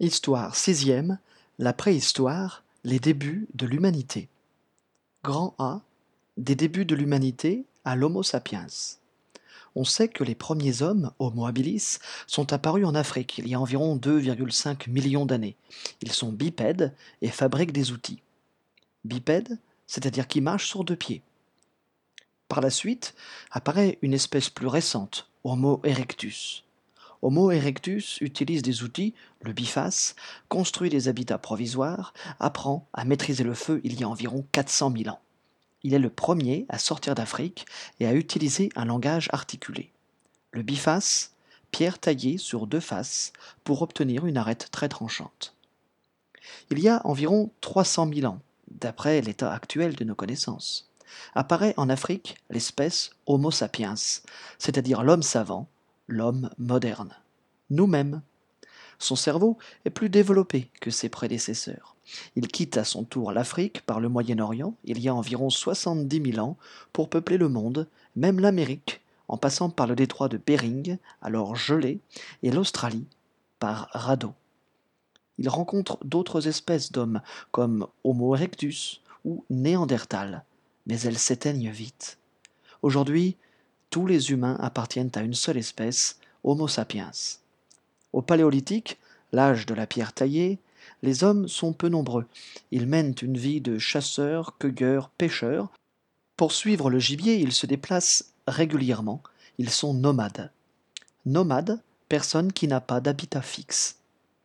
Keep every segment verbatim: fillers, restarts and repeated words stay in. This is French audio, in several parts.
Histoire sixième, la préhistoire, les débuts de l'humanité. Grand A, des débuts de l'humanité à l'Homo sapiens. On sait que les premiers hommes, Homo habilis, sont apparus en Afrique il y a environ deux virgule cinq millions d'années. Ils sont bipèdes et fabriquent des outils. Bipèdes, c'est-à-dire qui marchent sur deux pieds. Par la suite, apparaît une espèce plus récente, Homo erectus. Homo erectus utilise des outils, le biface, construit des habitats provisoires, apprend à maîtriser le feu il y a environ quatre cent mille ans. Il est le premier à sortir d'Afrique et à utiliser un langage articulé. Le biface, pierre taillée sur deux faces pour obtenir une arête très tranchante. Il y a environ trois cent mille ans, d'après l'état actuel de nos connaissances, apparaît en Afrique l'espèce Homo sapiens, c'est-à-dire l'homme savant, l'homme moderne. Nous-mêmes. Son cerveau est plus développé que ses prédécesseurs. Il quitte à son tour l'Afrique par le Moyen-Orient il y a environ soixante-dix mille ans pour peupler le monde, même l'Amérique, en passant par le détroit de Bering, alors gelé, et l'Australie, par radeau. Il rencontre d'autres espèces d'hommes, comme Homo erectus ou Néandertal, mais elles s'éteignent vite. Aujourd'hui, tous les humains appartiennent à une seule espèce, Homo sapiens. Au Paléolithique, l'âge de la pierre taillée, les hommes sont peu nombreux. Ils mènent une vie de chasseurs, cueilleurs, pêcheurs. Pour suivre le gibier, ils se déplacent régulièrement. Ils sont nomades. Nomade, personne qui n'a pas d'habitat fixe.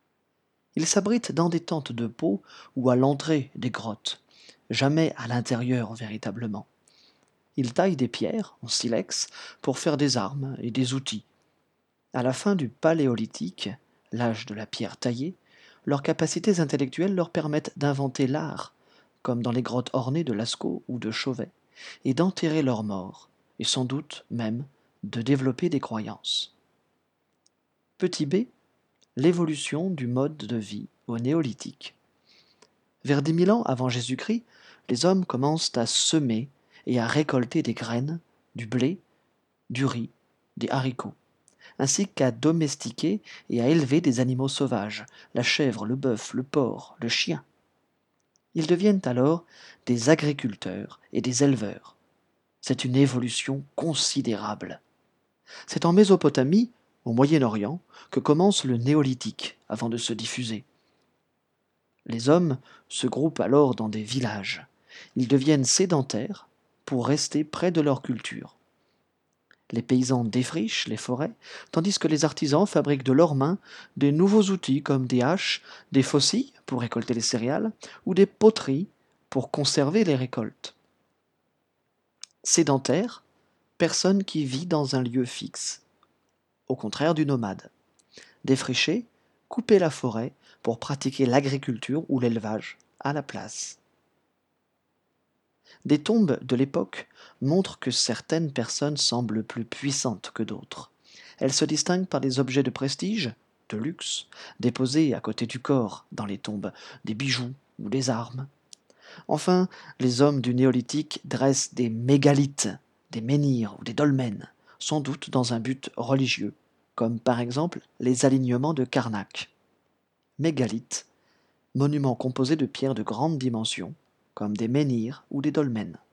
Ils s'abritent dans des tentes de peau ou à l'entrée des grottes, jamais à l'intérieur véritablement. Ils taillent des pierres en silex pour faire des armes et des outils. À la fin du Paléolithique, l'âge de la pierre taillée, leurs capacités intellectuelles leur permettent d'inventer l'art, comme dans les grottes ornées de Lascaux ou de Chauvet, et d'enterrer leurs morts, et sans doute même de développer des croyances. Petit b, l'évolution du mode de vie au néolithique. Vers dix mille ans avant Jésus-Christ, les hommes commencent à semer et à récolter des graines, du blé, du riz, des haricots, ainsi qu'à domestiquer et à élever des animaux sauvages, la chèvre, le bœuf, le porc, le chien. Ils deviennent alors des agriculteurs et des éleveurs. C'est une évolution considérable. C'est en Mésopotamie, au Moyen-Orient, que commence le néolithique avant de se diffuser. Les hommes se groupent alors dans des villages. Ils deviennent sédentaires pour rester près de leur culture. Les paysans défrichent les forêts, tandis que les artisans fabriquent de leurs mains des nouveaux outils comme des haches, des faucilles pour récolter les céréales ou des poteries pour conserver les récoltes. Sédentaire, personne qui vit dans un lieu fixe, au contraire du nomade. Défricher, couper la forêt pour pratiquer l'agriculture ou l'élevage à la place. Des tombes de l'époque montrent que certaines personnes semblent plus puissantes que d'autres. Elles se distinguent par des objets de prestige, de luxe, déposés à côté du corps dans les tombes, des bijoux ou des armes. Enfin, les hommes du néolithique dressent des mégalithes, des menhirs ou des dolmens, sans doute dans un but religieux, comme par exemple les alignements de Karnak. Mégalithes, monuments composés de pierres de grande dimension, comme des menhirs ou des dolmens.